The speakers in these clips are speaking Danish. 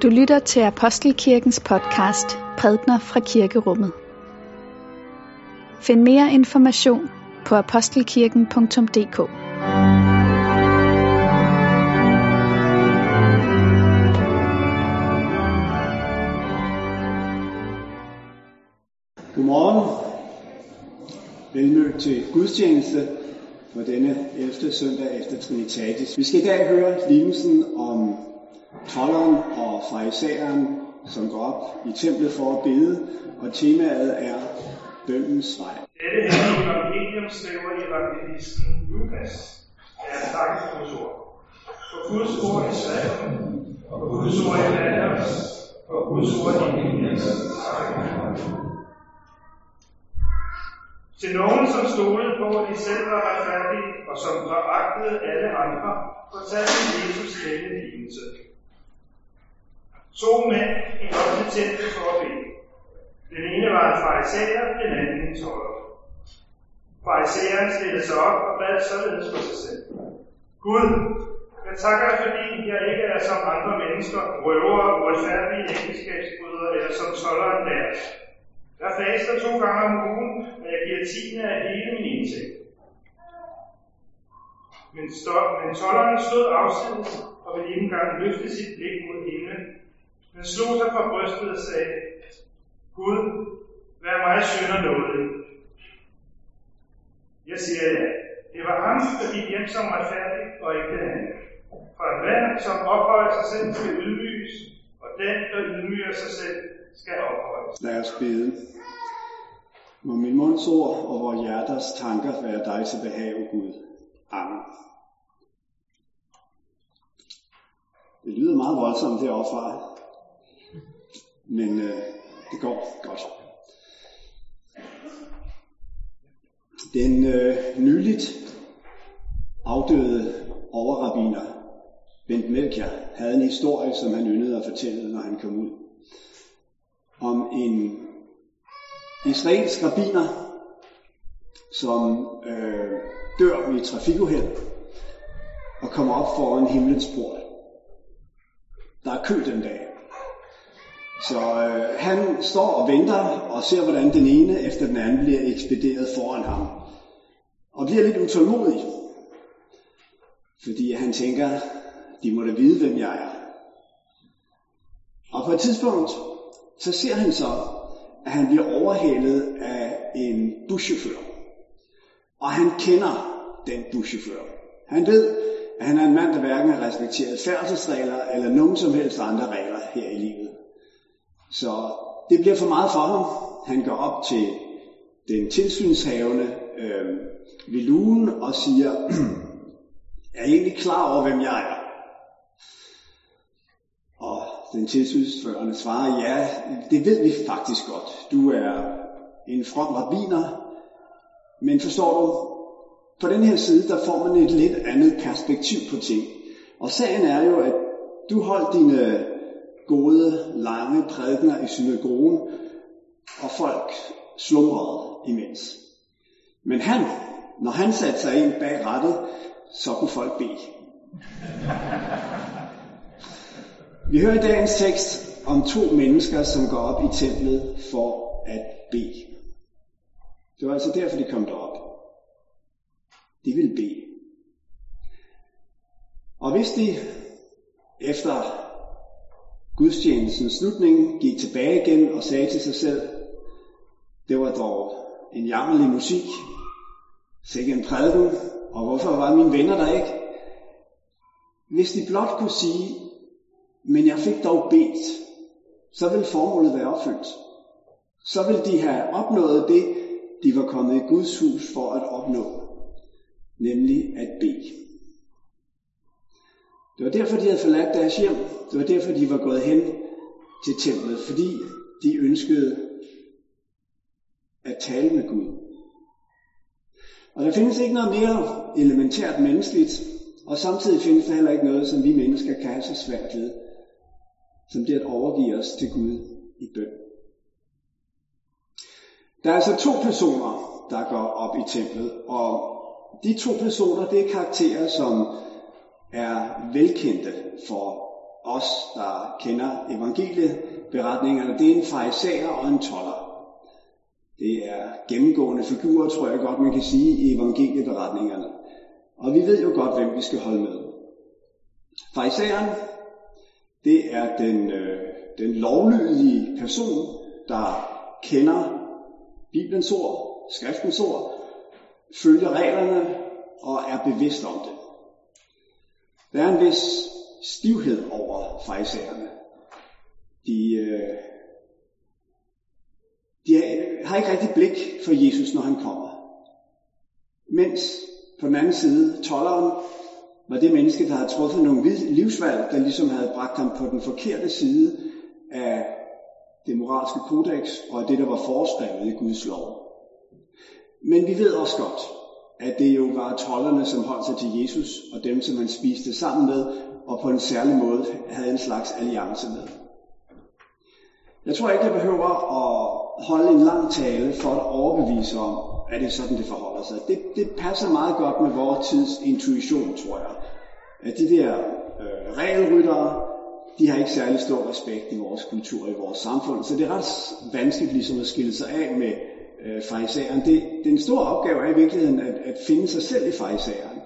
Du lytter til Apostelkirkens podcast Prædikener fra Kirkerummet. Find mere information på apostelkirken.dk. Godmorgen. Velmødt til gudstjeneste for denne 11. søndag efter Trinitatis. Vi skal i dag høre lignelsen om tolderen og farisæeren, som går op i templet for at bede, og temaet er bønnens vej. Dette hellige evangelium skriver evangelisten Lukas. Det er takkens ord. For Guds ord i skriften, og Guds ord i landers, og Guds ord i himlens. Til nogen, som stolede på, at de selv var retfærdige, og som foragtede alle andre, fortalte Jesus denne lignelse. 2 mænd gik op til templet for at bede. Den ene var en farisæer, den anden en tolder. Farisæeren stillede sig op og bad således for sig selv. Gud, jeg takker dig, fordi jeg ikke er som andre mennesker, røvere, uretfærdige ægteskabsbrydere eller som tolderen der. Jeg faster 2 gange om ugen, og jeg giver 10% af hele min indtægt. Men tolderen stod afsides og ville ikke engang løfte sit blik mod himlen, men slog sig fra brystet og sagde, Gud, vær mig synder nådig. Jeg siger ja, det var ham, der gik hjem som retfærdig og ikke den anden. For enhver, som ophøjer sig selv, skal ydmyges, og den, der ydmyger sig selv, skal ophøjes. Lad os bede. Må min munds ord og vores hjerters tanker være dig til behag, Gud. Amen. Det lyder meget voldsomt deroppefra, men det går godt. Den nyligt afdøde overrabbiner Bent Melchior havde en historie, som han yndede at fortælle, når han kom ud. Om en israelsk rabbiner, som dør i trafikuheld og kommer op foran himlens port. Der er kø den dag. Så han står og venter og ser, hvordan den ene efter den anden bliver ekspederet foran ham. Og bliver lidt utålmodig. Fordi han tænker, de må da vide, hvem jeg er. Og på et tidspunkt, så ser han så, at han bliver overhalet af en buschauffør. Og han kender den buschauffør. Han ved, at han er en mand, der hverken har respekteret færdselsregler eller nogen som helst andre regler her i livet. Så det bliver for meget for ham. Han går op til den tilsynshavende ved lugen og siger, er I egentlig klar over, hvem jeg er? Og den tilsynsførende svarer, ja, det ved vi faktisk godt. Du er en from rabbiner, men forstår du, på den her side, der får man et lidt andet perspektiv på ting. Og sagen er jo, at du holdt dine gode, lange prædikener i synagogen, og folk slumrede imens. Men når han satte sig ind bag rattet, så kunne folk bede. Vi hører i dagens tekst om 2 mennesker, som går op i templet for at bede. Det var altså derfor, de kom derop. De ville bede. Og hvis de efter gudstjenestens slutning gik tilbage igen og sagde til sig selv, det var dog en jammerlig musik, sikke en prædiken, og hvorfor var mine venner der ikke? Hvis de blot kunne sige, men jeg fik dog bedt, så ville formålet være opfyldt. Så ville de have opnået det, de var kommet i Guds hus for at opnå, nemlig at bede. Det var derfor, de havde forladt deres hjem. Det var derfor, de var gået hen til templet, fordi de ønskede at tale med Gud. Og der findes ikke noget mere elementært menneskeligt, og samtidig findes der heller ikke noget, som vi mennesker kan have så svært ved, som det at overgive os til Gud i bøn. Der er altså 2 personer, der går op i templet, og de 2 personer, det er karakterer, som er velkendte for os, der kender evangelieberetningerne, det er en farisæer og en tolder. Det er gennemgående figurer, tror jeg godt, man kan sige, i evangelieberetningerne. Og vi ved jo godt, hvem vi skal holde med. Farisæeren, det er den lovlydige person, der kender Bibelens ord, skriftens ord, følger reglerne og er bevidst om det. Der er en vis stivhed over farisæerne. De har ikke rigtig blik for Jesus, når han kommer. Mens på den anden side, tolderen var det menneske, der havde truffet nogle livsvalg, der ligesom havde bragt ham på den forkerte side af det moralske kodeks og af det, der var foreskrevet i Guds lov. Men vi ved også godt, at det jo var tolderne, som holdt sig til Jesus, og dem, som han spiste sammen med, og på en særlig måde havde en slags alliance med. Jeg tror ikke, jeg behøver at holde en lang tale for at overbevise om, at det er sådan, det forholder sig. Det passer meget godt med vores tids intuition, tror jeg. At de der regelryttere, de har ikke særlig stor respekt i vores kultur og i vores samfund, så det er ret vanskeligt ligesom at skille sig af med farisæeren. Den store opgave er i virkeligheden at finde sig selv i farisæeren.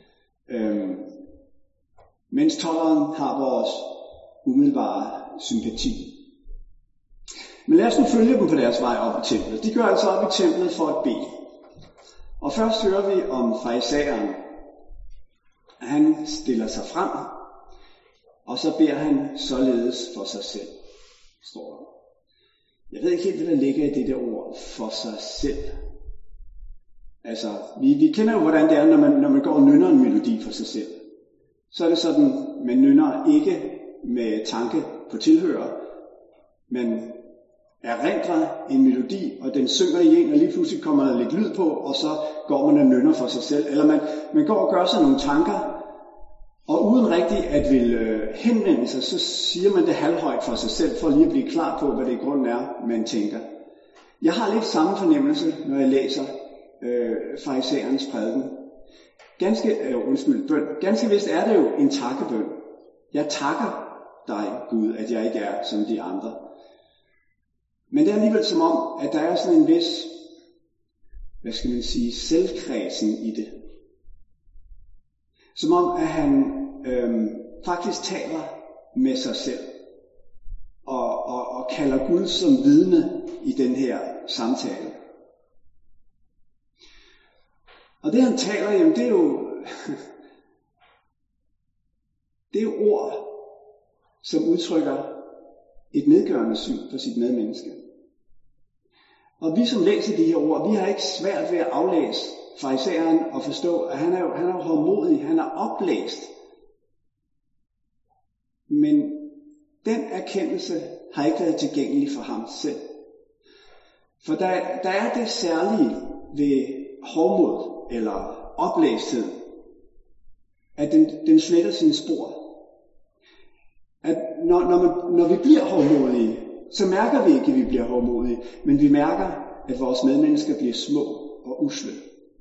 Mens tolderen har vores umiddelbare sympati. Men lad os nu følge dem på deres vej op i templet. De går altså op i templet for at bede. Og først hører vi om farisæeren. Han stiller sig frem, og så beder han således for sig selv, står der. Jeg ved ikke helt, hvad der ligger i det der ord, for sig selv. Altså, vi kender jo, hvordan det er, når man går og nynner en melodi for sig selv. Så er det sådan, man nynner ikke med tanke på tilhører, men erindrer en melodi, og den synger i en, og lige pludselig kommer der lidt lyd på, og så går man og nynner for sig selv. Eller man går og gør sig nogle tanker, og uden rigtigt at vil henvende sig, så siger man det halvhøjt for sig selv, for lige at blive klar på, hvad det i grunden er, man tænker. Jeg har lidt samme fornemmelse, når jeg læser farisæerens prædiken. Bøn. Ganske vist er det jo en takkebøn. Jeg takker dig, Gud, at jeg ikke er som de andre. Men det er alligevel som om, at der er sådan en vis, selvkredsen i det. Som om, at han faktisk taler med sig selv. Og kalder Gud som vidne i den her samtale. Og det han taler, jamen det er jo ord, som udtrykker et nedgørende syn på sit medmenneske. Og vi som læser de her ord, vi har ikke svært ved at aflæse farisæeren og forstå, at han er hårdmodig, han er oplæst. Men den erkendelse har ikke været tilgængelig for ham selv. For der er det særlige ved hårdmod eller oplæsthed, at den sletter sine spor. At når vi bliver hårdmodige, så mærker vi ikke, at vi bliver hårdmodige, men vi mærker, at vores medmennesker bliver små og usle.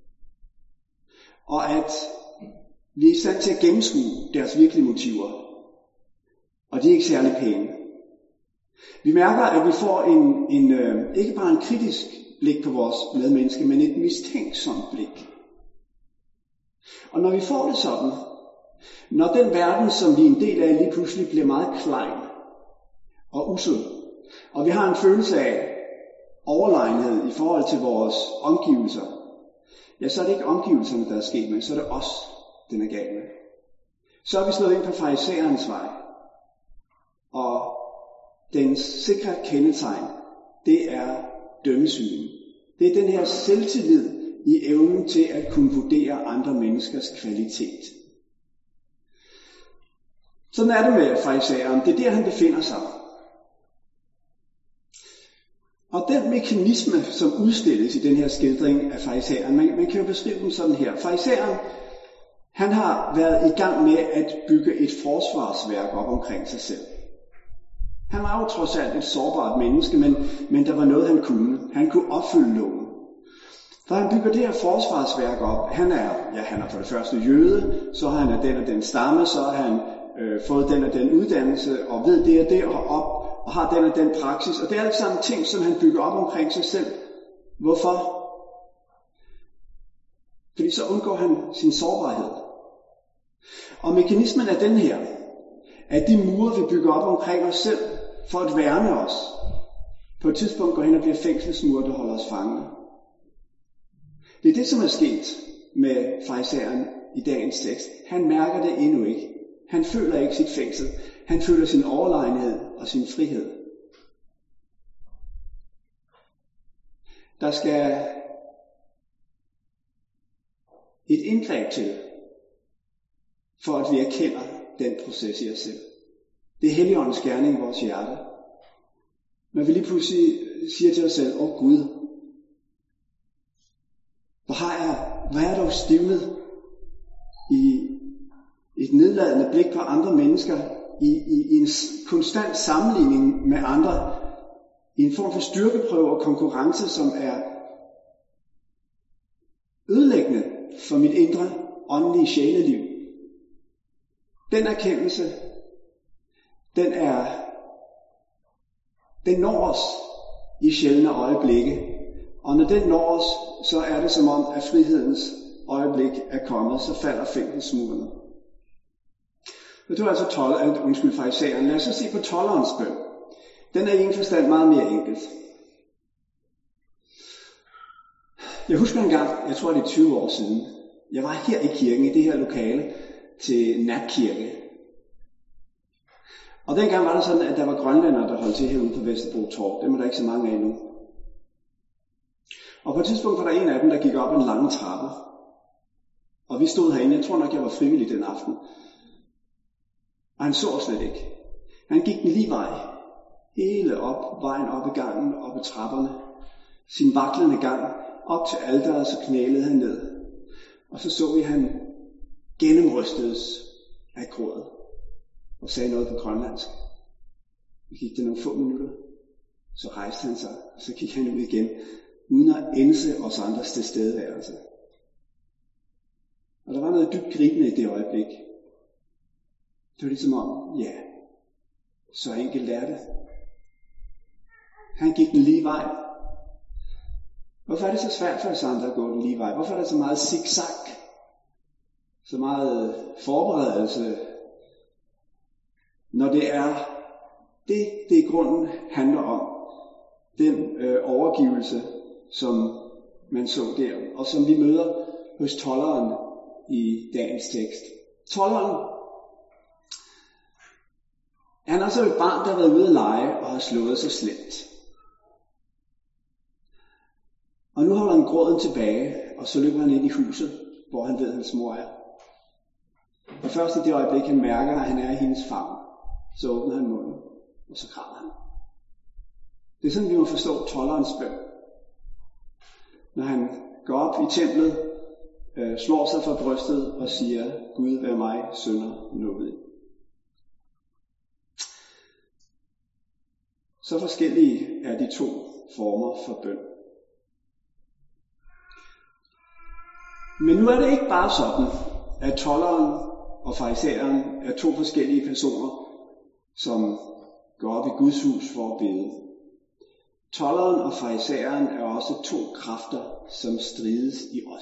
Og at vi er i stand til at gennemskue deres virkelige motiver. Og de er ikke særlig pæne. Vi mærker, at vi får ikke bare en kritisk blik på vores medmenneske, men et mistænksomt blik. Og når vi får det sådan, når den verden, som vi er en del af, lige pludselig bliver meget klein og usel, og vi har en følelse af overlegenhed i forhold til vores omgivelser, ja, så er det ikke omgivelserne, der er sket med, så er det os, den er galt med. Så er vi slået ind på farisæerens vej. Og dens sikre kendetegn, det er dømmesynen. Det er den her selvtillid i evnen til at kunne vurdere andre menneskers kvalitet. Sådan er det med farisæeren. Det er der, han befinder sig. Og den mekanisme, som udstilles i den her skildring af farisæeren, man kan jo beskrive den sådan her. Farisæeren, han har været i gang med at bygge et forsvarsværk op omkring sig selv. Han var jo trods alt et sårbart menneske, men der var noget, han kunne. Han kunne opfylde loven. For han bygger det her forsvarsværk op. Han er for det første jøde, så er han af den og den stamme, så er han fået den og den uddannelse, og ved det og det, og har den og den praksis. Og det er alt sammen ting, som han bygger op omkring sig selv. Hvorfor? Fordi så undgår han sin sårbarhed. Og mekanismen er den her, at de mure, vi bygger op omkring os selv, for at værne os, på et tidspunkt går hen og bliver fængselsmure, der holder os fanget. Det er det, som er sket med farisæeren i dagens tekst. Han mærker det endnu ikke. Han føler ikke sit fængsel. Han føler sin overlegenhed og sin frihed. Der skal et indgreb til, for at vi erkender den proces i os selv. Det er Helligåndens gerning i vores hjerte. Når vi lige pludselig siger til os selv, Gud, hvor er jeg dog stivnet i et nedladende blik på andre mennesker, i en konstant sammenligning med andre, i en form for styrkeprøve og konkurrence, som er ødelæggende for mit indre åndelige sjæleliv. Den erkendelse, den når os i sjældne øjeblikke. Og når den når os, så er det som om, at frihedens øjeblik er kommet, så falder fængselsmurene. Og det var altså farisæeren. Lad os så se på tolderens bøn. Den er i en forstand meget mere enkelt. Jeg husker en gang, jeg tror det er 20 år siden, jeg var her i kirken, i det her lokale, til natkirke. Og dengang var det sådan, at der var grønlændere, der holdt til herude på Vesterbro Torv. Dem er der ikke så mange af nu. Og på et tidspunkt var der en af dem, der gik op en lang trappe. Og vi stod herinde, jeg tror nok, jeg var frivillig den aften. Og han så slet ikke. Han gik den lige vej. Hele vejen op i gangen, op ad trapperne. Sin vaklende gang, op til alteret, så knælede han ned. Og så vi, han gennemrystedes af gråd. Og sagde noget på grønlandsk. Det gik det nogle få minutter. Så rejste han sig, og så gik han ud igen, uden at ænse os andres tilstedeværelse. Og der var noget dybt gribende i det øjeblik. Det var ligesom om, ja, så enkelt er det. Han gik den lige vej. Hvorfor er det så svært for os andre at gå den lige vej? Hvorfor er der så meget zigzag? Så meget forberedelse? Når det er det i grunden handler om. Den overgivelse, som man så der, og som vi møder hos tolderen i dagens tekst. Tolderen, han er så et barn, der har været ude at lege og har slået sig slemt. Og nu holder han gråden tilbage, og så løber han ind i huset, hvor han ved, at hans mor er. Og først i det øjeblik, han mærker, at han er i hendes favn, så åbner han munden, og så græder han. Det er sådan, vi må forstå tolderens bøn. Når han går op i templet, slår sig for brystet og siger, Gud, vær mig synder nådig. Så forskellige er de to former for bøn. Men nu er det ikke bare sådan, at tolderen og farisæeren er to forskellige personer, som går op i Guds hus for at bede. Tolderen og farisæeren er også to kræfter, som strides i os.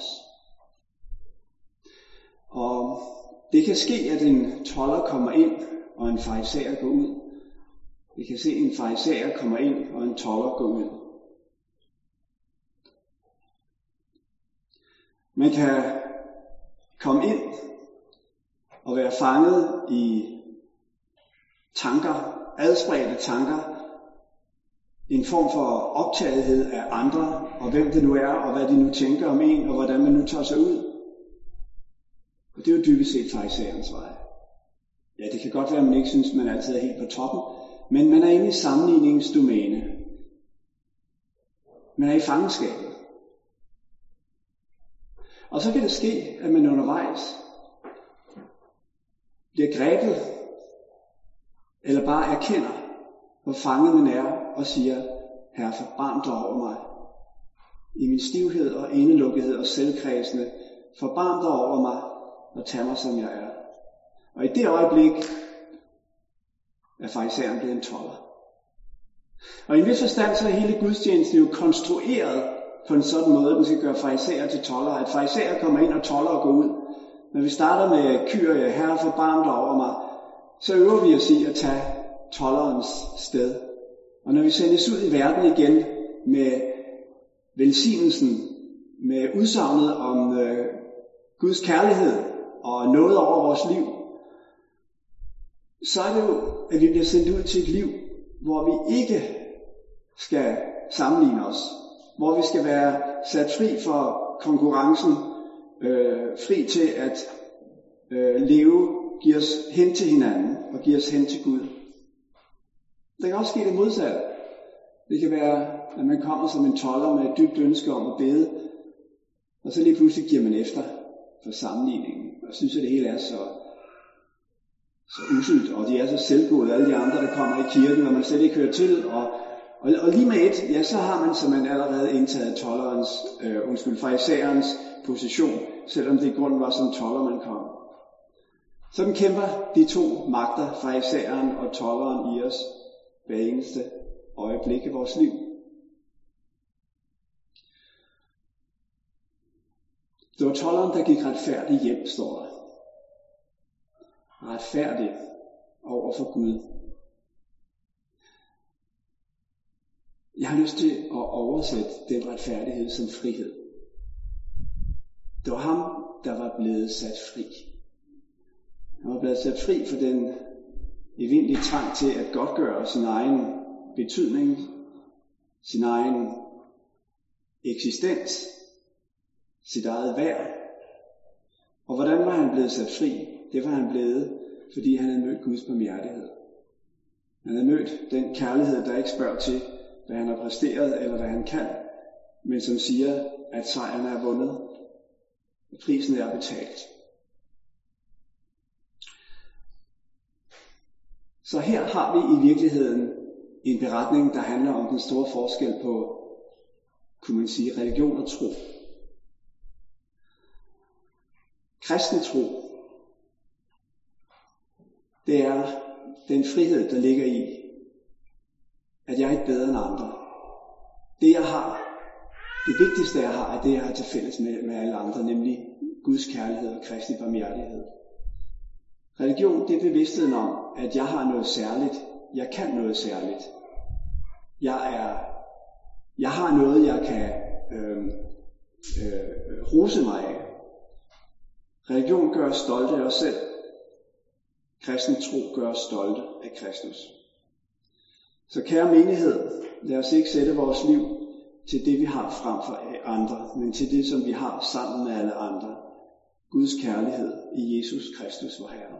Og det kan ske, at en tolder kommer ind, og en farisæer går ud. Vi kan se, at en farisæer kommer ind, og en tolder går ud. Man kan komme ind og være fanget i tanker, adspredte tanker, en form for optagethed af andre, og hvem det nu er, og hvad de nu tænker om en, og hvordan man nu tager sig ud. Og det er jo dybest set farisæerens vej. Ja, det kan godt være, at man ikke synes, man altid er helt på toppen, men man er inde i sammenligningens domæne. Man er i fangenskabet. Og så kan det ske, at man undervejs bliver grebet, eller bare erkender, hvor fanget man er, og siger, Herre, forbarm dig over mig. I min stivhed og indelukkethed og selvkredsende, forbarm dig over mig, og tag mig som jeg er. Og i det øjeblik, at farisæeren blev en tolder. Og i en vis forstand så er hele gudstjenesten jo konstrueret på en sådan måde, at den skal gøre farisæer til toller. At farisæer kommer ind og toller og går ud. Når vi starter med Kyrie, Herre forbarm dig over mig, så øver vi os i at tage tollerens sted. Og når vi sendes ud i verden igen med velsignelsen, med udsagnet om Guds kærlighed og noget over vores liv, så er det jo, at vi bliver sendt ud til et liv, hvor vi ikke skal sammenligne os, hvor vi skal være sat fri for konkurrencen, fri til at leve, give os hen til hinanden og give os hen til Gud. Der kan også ske det modsatte. Det kan være, at man kommer som en tolder med et dybt ønske om at bede, og så lige pludselig giver man efter for sammenligningen, og synes, at det hele er så uselt, og de er så selvgode, alle de andre, der kommer i kirken, og man slet ikke hører til, og lige med et, ja, så har man som man allerede indtaget farisæerens position, selvom det i grunden var som tolder, man kom. Sådan kæmper de to magter, farisæeren og tolderen, i os hver eneste øjeblik i vores liv. Det var tolderen, der gik retfærdigt hjem, står der. Retfærdig over for Gud. Jeg har lyst til at oversætte den retfærdighed som frihed. Det var ham, der var blevet sat fri. Han var blevet sat fri for den evindelige trang til at godtgøre sin egen betydning, sin egen eksistens, sit eget værd. Og hvordan var han blevet sat fri? Det var han blevet, fordi han havde mødt Guds barmhjertighed. Han havde mødt den kærlighed, der ikke spørger til, hvad han har præsteret eller hvad han kan, men som siger, at sejren er vundet, og prisen er betalt. Så her har vi i virkeligheden en beretning, der handler om den store forskel på, kunne man sige, religion og tro. Kristen tro, det er den frihed, der ligger i, at jeg er ikke bedre end andre. Det jeg har, det vigtigste jeg har, er det jeg har til fælles med alle andre, nemlig Guds kærlighed og Kristi barmhjertighed. Religion, det er bevidstheden om, at jeg har noget særligt. Jeg kan noget særligt. Jeg har noget, jeg kan rose mig af. Religion gør os stolte af os selv. Kristen tro gør os stolte af Kristus. Så kære menighed, lad os ikke sætte vores liv til det, vi har frem for andre, men til det, som vi har sammen med alle andre. Guds kærlighed i Jesus Kristus, vor Herre.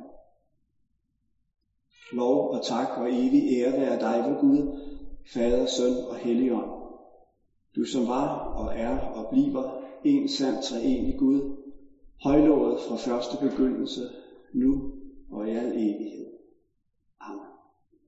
Lov og tak og evig ære være dig, vor Gud, Fader, Søn og Helligånd. Du som var og er og bliver en sand treenig Gud, højlovet fra første begyndelse, nu og i al evighed.